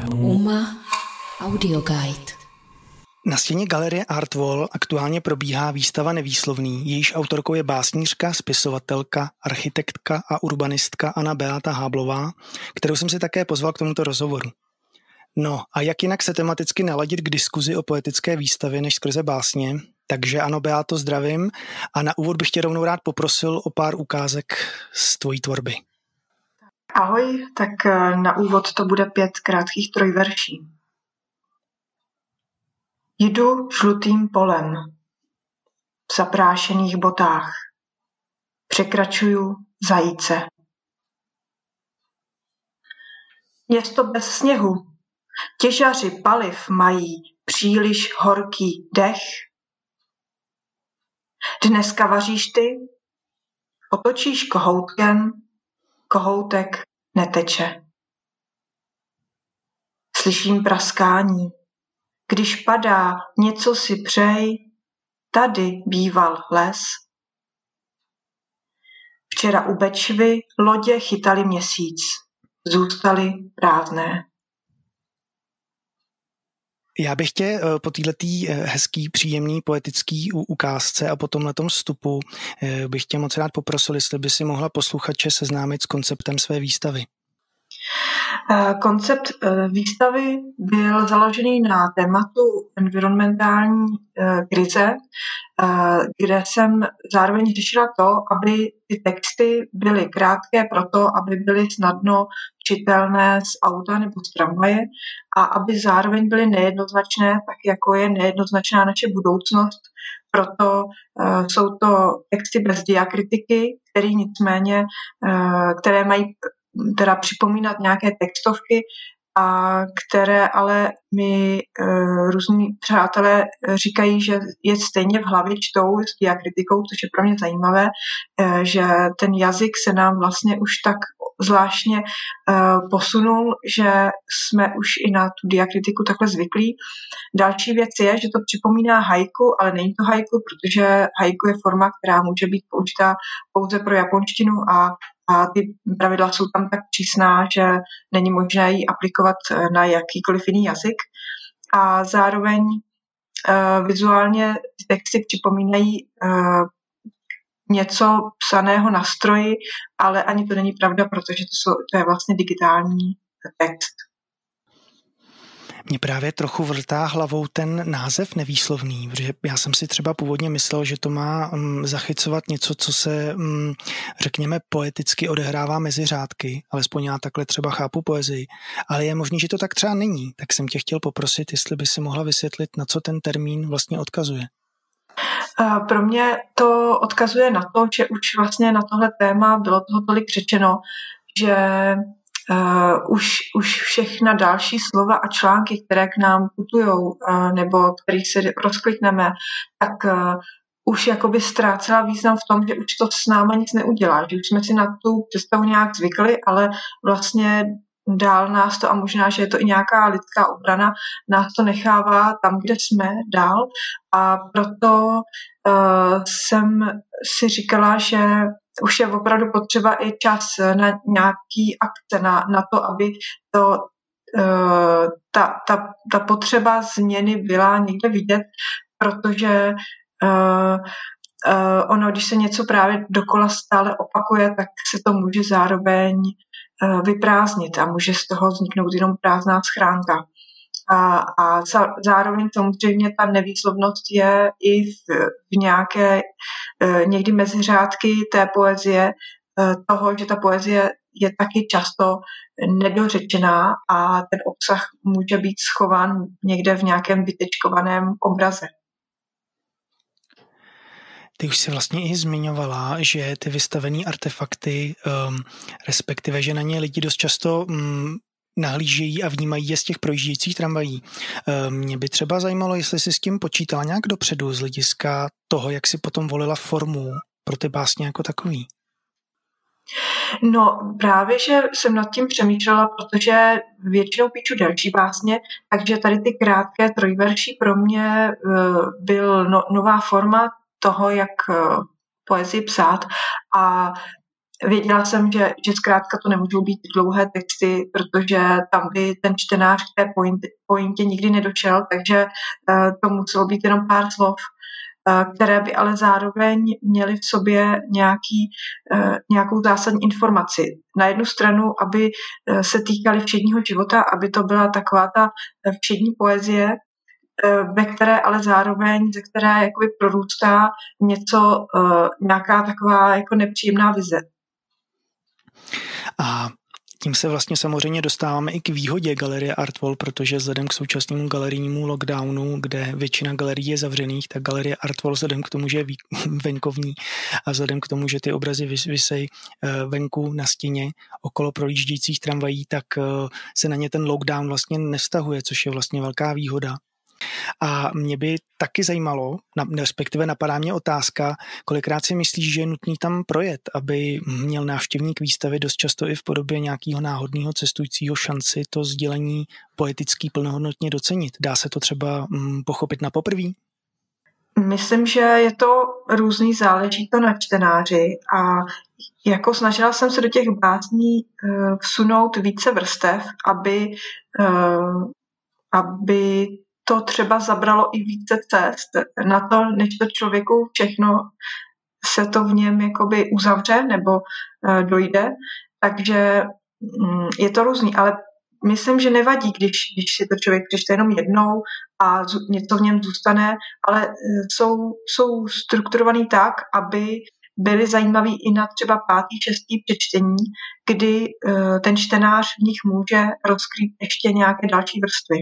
UMA Audio Guide. Na stěně galerie Artwall aktuálně probíhá výstava Nevýslovný, jejíž autorkou je básnířka, spisovatelka, architektka a urbanistka Anna Beata Háblová, kterou jsem si také pozval k tomuto rozhovoru. No a jak jinak se tematicky naladit k diskuzi o poetické výstavě než skrze básně? Takže ano, Beato, zdravím a na úvod bych tě rovnou rád poprosil o pár ukázek z tvojí tvorby. Ahoj, tak na úvod to bude 5 krátkých trojverší. Jdu žlutým polem v zaprášených botách. Překračuju zajíce. Město bez sněhu. Těžaři paliv mají příliš horký dech. Dneska vaříš ty, otočíš kohoutkem, kohoutek neteče. Slyším praskání. Když padá, něco si přej, tady býval les. Včera u Bečvy lodě chytali měsíc, zůstaly prázdné. Já bych tě po této hezký, příjemný, poetický ukázce a po tomhletom vstupu bych tě moc rád poprosil, jestli by si mohla posluchače seznámit s konceptem své výstavy. Koncept výstavy byl založený na tématu environmentální krize, kde jsem zároveň řešila to, aby ty texty byly krátké proto, aby byly snadno čitelné z auta nebo z tramvaje a aby zároveň byly nejednoznačné, tak jako je nejednoznačná naše budoucnost. Proto jsou to texty bez diakritiky, které mají teda připomínat nějaké textovky, a které ale mi různí přátelé říkají, že je stejně v hlavě čtou s diakritikou, což je pro mě zajímavé, že ten jazyk se nám vlastně už tak zvláštně posunul, že jsme už i na tu diakritiku takhle zvyklí. Další věc je, že to připomíná haiku, ale není to haiku, protože haiku je forma, která může být použitá pouze pro japonštinu a ty pravidla jsou tam tak přísná, že není možné ji aplikovat na jakýkoliv jiný jazyk. A zároveň vizuálně texty připomínají něco psaného na stroji, ale ani to není pravda, protože to je vlastně digitální text. Mě právě trochu vrtá hlavou ten název Nevýslovný, protože já jsem si třeba původně myslel, že to má zachycovat něco, co se, řekněme, poeticky odehrává mezi řádky, alespoň já takhle třeba chápu poezii, ale je možný, že to tak třeba není, tak jsem tě chtěl poprosit, jestli by si mohla vysvětlit, na co ten termín vlastně odkazuje. Pro mě to odkazuje na to, že už vlastně na tohle téma bylo toho tolik řečeno, že už všechna další slova a články, které k nám putujou nebo kterých se rozklikneme, tak už jakoby ztrácela význam v tom, že už to s náma nic neudělá, že už jsme si na tu představu nějak zvykli, ale vlastně dál nás to, a možná, že je to i nějaká lidská obrana, nás to nechává tam, kde jsme dál, a proto jsem si říkala, že už je opravdu potřeba i čas na nějaký akce, na to, aby ta potřeba změny byla někde vidět, protože ono, když se něco právě dokola stále opakuje, tak se to může zároveň vyprázdnit a může z toho vzniknout jenom prázdná schránka. A zároveň samozřejmě ta nevýslovnost je i v nějaké někdy mezi řádky té poezie, toho, že ta poezie je taky často nedořečená a ten obsah může být schován někde v nějakém vytečkovaném obraze. Ty už si vlastně i zmiňovala, že ty vystavené artefakty, respektive, že na ně lidi dost často nahlížejí a vnímají je z těch projíždějících tramvají. Mě by třeba zajímalo, jestli jsi s tím počítala nějak dopředu z hlediska toho, jak si potom volila formu pro ty básně jako takový. No právě, že jsem nad tím přemýšlela, protože většinou píšu delší básně, takže tady ty krátké trojverší pro mě byl nová forma toho, jak poezii psát, a věděla jsem, že zkrátka to nemůžou být dlouhé texty, protože tam by ten čtenář k té pointě nikdy nedošel, takže to muselo být jenom pár slov, které by ale zároveň měly v sobě nějakou zásadní informaci. Na jednu stranu, aby se týkaly všedního života, aby to byla taková ta všední poezie, ve které ale zároveň, ze které jakoby prorůstá nějaká taková jako nepříjemná vize. A tím se vlastně samozřejmě dostáváme i k výhodě galerie Artwall, protože vzhledem k současnému galerijnímu lockdownu, kde většina galerií je zavřených, tak galerie Artwall vzhledem k tomu, že je venkovní a vzhledem k tomu, že ty obrazy visejí venku na stěně okolo projíždějících tramvají, tak se na ně ten lockdown vlastně nevztahuje, což je vlastně velká výhoda. A mě by taky zajímalo, respektive napadá mě otázka, kolikrát si myslíš, že je nutný tam projet, aby měl návštěvník výstavy dost často i v podobě nějakého náhodného cestujícího šanci to sdělení poetický plnohodnotně docenit. Dá se to třeba pochopit na poprví? Myslím, že je to různý, záleží to na čtenáři a jako snažila jsem se do těch básní vsunout více vrstev, aby to třeba zabralo i více cest. Na to, než to člověku všechno se to v něm jakoby uzavře nebo dojde. Takže je to různý, ale myslím, že nevadí, když si to člověk přečte jenom jednou a něco v něm zůstane, ale jsou strukturovaný tak, aby byly zajímavý i na třeba 5., 6. přečtení, kdy ten čtenář v nich může rozkrýt ještě nějaké další vrstvy.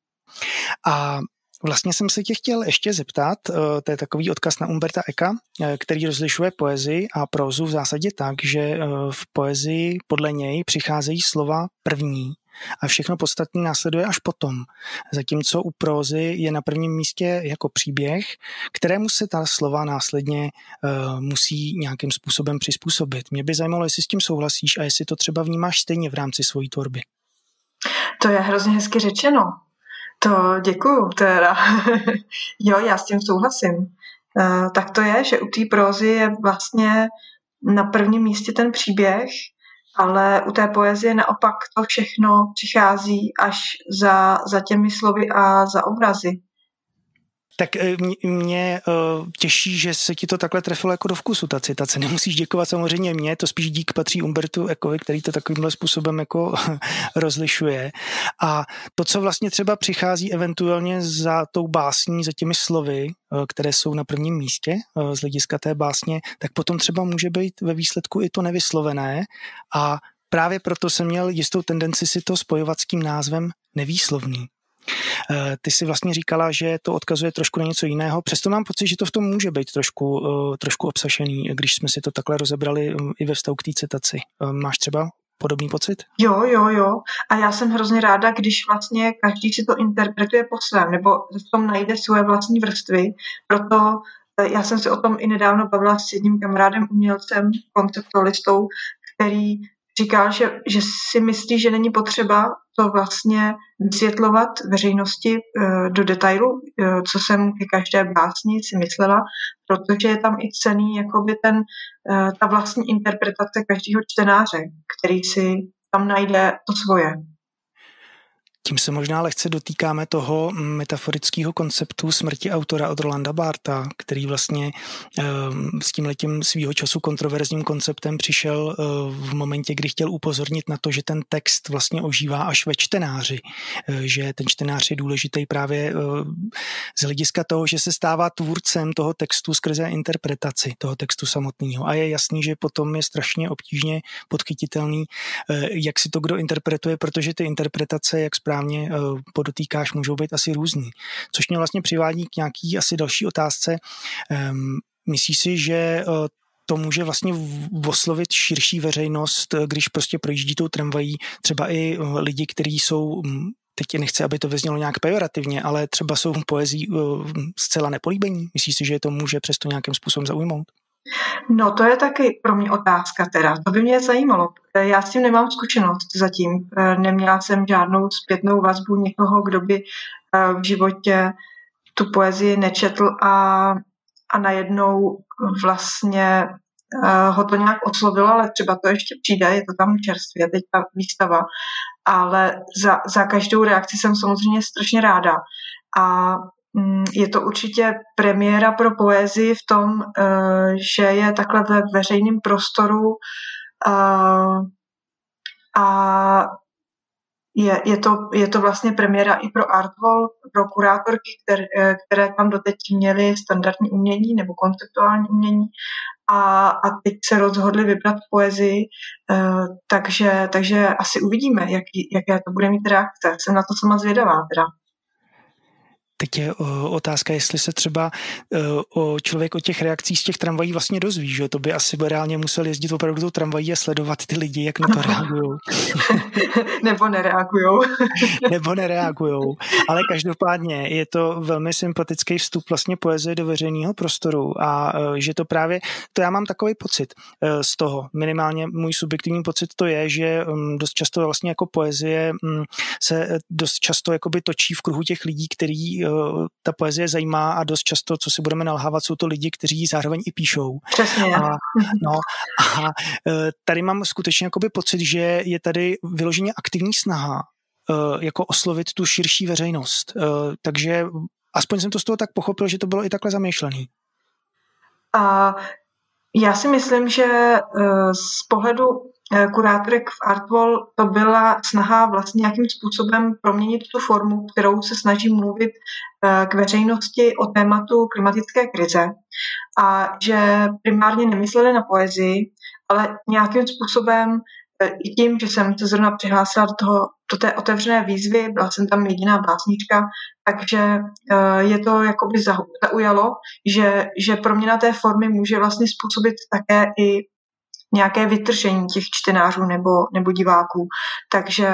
A vlastně jsem se tě chtěl ještě zeptat, to je takový odkaz na Umberta Ecka, který rozlišuje poezii a prózu v zásadě tak, že v poezii podle něj přicházejí slova první a všechno podstatné následuje až potom. Zatímco u prózy je na prvním místě jako příběh, kterému se ta slova následně musí nějakým způsobem přizpůsobit. Mě by zajímalo, jestli s tím souhlasíš a jestli to třeba vnímáš stejně v rámci svojí tvorby. To je hrozně hezky řečeno. To děkuju teda. Jo, já s tím souhlasím. Tak to je, že u té prózy je vlastně na prvním místě ten příběh, ale u té poezie naopak to všechno přichází až za těmi slovy a za obrazy. Tak mě těší, že se ti to takhle trefilo jako do vkusu, ta citace. Nemusíš děkovat samozřejmě mě, to spíš dík patří Umbertu Eckovi, který to takovýmhle způsobem jako rozlišuje. A to, co vlastně třeba přichází eventuálně za tou básní, za těmi slovy, které jsou na prvním místě z hlediska té básně, tak potom třeba může být ve výsledku i to nevyslovené a právě proto jsem měl jistou tendenci si to spojovat s tím názvem nevýslovný. Ty si vlastně říkala, že to odkazuje trošku na něco jiného, přesto mám pocit, že to v tom může být trošku obsažený, když jsme si to takhle rozebrali i ve vztahu k té citaci. Máš třeba podobný pocit? Jo. A já jsem hrozně ráda, když vlastně každý si to interpretuje po svém, nebo v tom najde svoje vlastní vrstvy. Proto já jsem se o tom i nedávno bavila s jedním kamarádem, umělcem, konceptualistou, který říkal, že si myslí, že není potřeba to vlastně vysvětlovat veřejnosti do detailu, co jsem ke každé básni si myslela, protože je tam i cenný jakoby ta vlastní interpretace každého čtenáře, který si tam najde to svoje. Tím se možná lehce dotýkáme toho metaforického konceptu smrti autora od Rolanda Bartha, který vlastně s tímhletím svýho času kontroverzním konceptem přišel v momentě, kdy chtěl upozornit na to, že ten text vlastně ožívá až ve čtenáři, že ten čtenář je důležitý právě z hlediska toho, že se stává tvůrcem toho textu skrze interpretaci toho textu samotného. A je jasný, že potom je strašně obtížně podchytitelný, jak si to kdo interpretuje, protože ty interpretace, jak správně podotýkáš, můžou být asi různý. Což mě vlastně přivádí k nějaký asi další otázce. Myslíš si, že to může vlastně oslovit širší veřejnost, když prostě projíždí tou tramvají třeba i lidi, kteří jsou, teď nechci, aby to vyznělo nějak pejorativně, ale třeba jsou poezí zcela nepolíbení? Myslíš si, že to může přesto nějakým způsobem zaujmout? No to je taky pro mě otázka teda. To by mě zajímalo. Já s tím nemám zkušenost zatím. Neměla jsem žádnou zpětnou vazbu někoho, kdo by v životě tu poezii nečetl a najednou vlastně ho to nějak oslovilo, ale třeba to ještě přijde, je to tam čerstvě, teď ta výstava, ale za každou reakci jsem samozřejmě strašně ráda. A je to určitě premiéra pro poezii v tom, že je takhle ve veřejném prostoru a je to vlastně premiéra i pro Artwall, pro kurátorky, které tam doteď měly standardní umění nebo konceptuální umění a teď se rozhodli vybrat poezii, takže asi uvidíme, jaké to bude mít reakce. Jsem na to sama zvědavá teda. Teď je otázka, jestli se třeba člověk o těch reakcích z těch tramvají vlastně dozví, že to by asi reálně musel jezdit opravdu tou tramvají a sledovat ty lidi, jak na to reagujou. Nebo nereagujou. Ale každopádně je to velmi sympatický vstup vlastně poezie do veřejného prostoru a že to právě, to já mám takový pocit z toho, minimálně můj subjektivní pocit to je, že dost často vlastně jako poezie se dost často jakoby točí v kruhu těch lidí, který ta poezie zajímá a dost často, co si budeme nalhávat, jsou to lidi, kteří ji zároveň i píšou. Přesně. A tady mám skutečně jakoby pocit, že je tady vyloženě aktivní snaha jako oslovit tu širší veřejnost. Takže aspoň jsem to z toho tak pochopil, že to bylo i takhle zamýšlený. Já si myslím, že z pohledu kurátorek v Artwall to byla snaha vlastně nějakým způsobem proměnit tu formu, kterou se snaží mluvit k veřejnosti o tématu klimatické krize a že primárně nemysleli na poezii, ale nějakým způsobem i tím, že jsem se zrovna přihlásila do té otevřené výzvy, byla jsem tam jediná básnička, takže je to jakoby zaujalo, že proměna té formy může vlastně způsobit také i nějaké vytržení těch čtenářů nebo diváků. Takže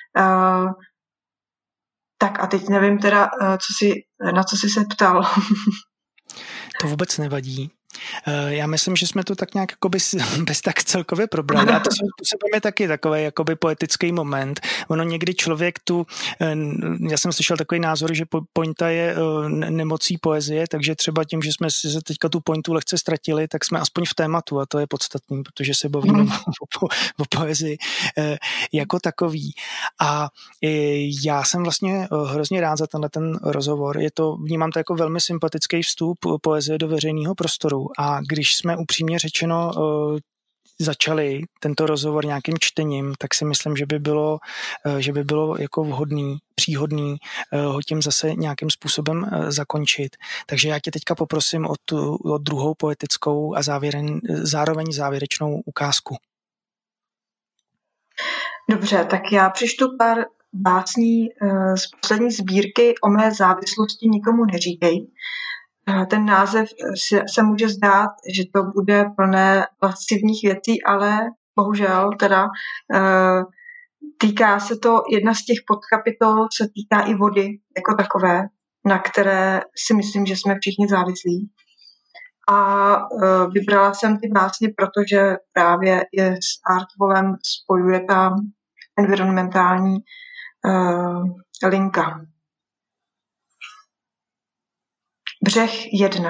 tak a teď nevím teda, na co jsi se ptal. To vůbec nevadí. Já myslím, že jsme to tak nějak jakoby bez tak celkově probrali. A to svým způsobem je taky takový jakoby poetický moment. Ono někdy člověk já jsem slyšel takový názor, že pointa je nemocí poezie, takže třeba tím, že jsme si teďka tu pointu lehce ztratili, tak jsme aspoň v tématu a to je podstatný, protože se bavíme o poezii jako takový. A já jsem vlastně hrozně rád za ten rozhovor. Vnímám to jako velmi sympatický vstup poezie do veřejného prostoru. A když jsme upřímně řečeno začali tento rozhovor nějakým čtením, tak si myslím, že by bylo jako vhodný, příhodný ho tím zase nějakým způsobem zakončit. Takže já tě teďka poprosím o druhou poetickou a zároveň závěrečnou ukázku. Dobře, tak já přečtu pár básní z poslední sbírky O mé závislosti nikomu neříkej. Ten název se může zdát, že to bude plné lascivních věcí, ale bohužel teda týká se to, jedna z těch podkapitol se týká i vody jako takové, na které si myslím, že jsme všichni závislí. A vybrala jsem ty básně, protože právě je s Artwallem spojuje ta environmentální linka. Břeh 1.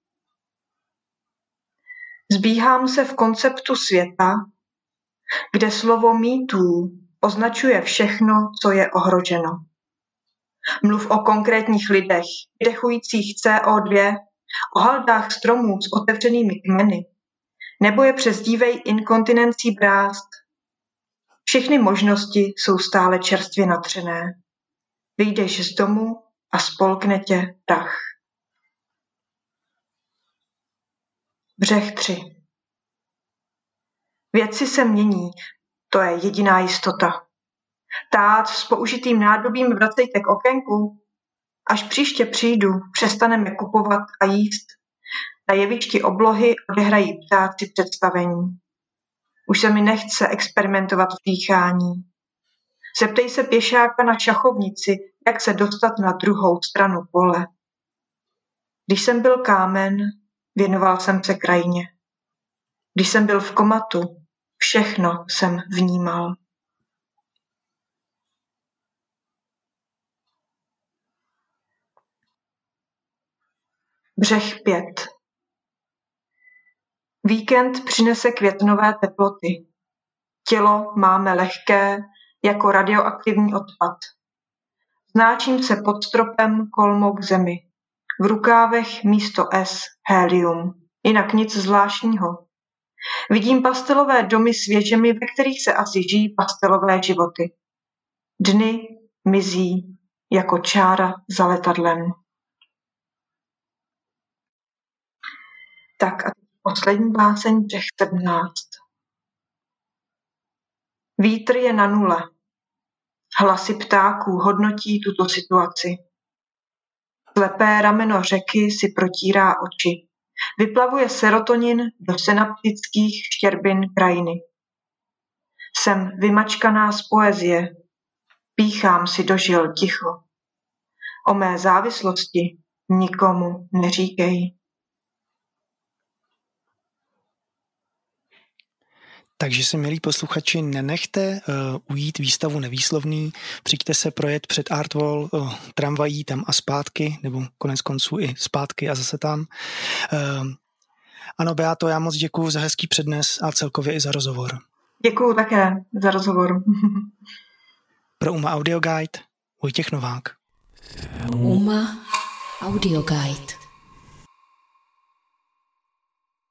Zbíhám se v konceptu světa, kde slovo mýtů označuje všechno, co je ohroženo. Mluv o konkrétních lidech, vydechujících CO2, o haldách stromů s otevřenými kmeny, nebo je přezdívej inkontinencí brázd. Všechny možnosti jsou stále čerstvě natřené. Vyjdeš z domu a spolkne tě prach. Břeh 3. Věci se mění, to je jediná jistota. Tát s použitým nádobím vracejte k okénku. Až příště přijdu, přestaneme kupovat a jíst. Na jevišti oblohy odehrají ptáci představení. Už se mi nechce experimentovat v dýchání. Zeptej se pěšáka na šachovnici, jak se dostat na druhou stranu pole. Když jsem byl kámen, věnoval jsem se krajině. Když jsem byl v komatu, všechno jsem vnímal. Břeh 5. Víkend přinese květnové teploty. Tělo máme lehké, jako radioaktivní odpad. Znáčím se pod stropem kolmo k zemi. V rukávech místo S helium. Jinak nic zvláštního. Vidím pastelové domy s věžemi, ve kterých se asi žijí pastelové životy. Dny mizí jako čára za letadlem. Tak a poslední báseň Břeh 17. Vítr je na nule. Hlasy ptáků hodnotí tuto situaci. Slepé rameno řeky si protírá oči. Vyplavuje serotonin do synaptických štěrbin krajiny. Jsem vymačkaná z poezie. Píchám si do žil ticho. O mé závislosti nikomu neříkej. Takže si, milí posluchači, nenechte ujít výstavu Nevýslovný, přijďte se projet před Artwall tramvají tam a zpátky, nebo konec konců i zpátky a zase tam. Ano, Beato, já moc děkuju za hezký přednes a celkově i za rozhovor. Děkuju také za rozhovor. Pro UMA Audio Guide Vojtěch Novák. UMA Audio Guide.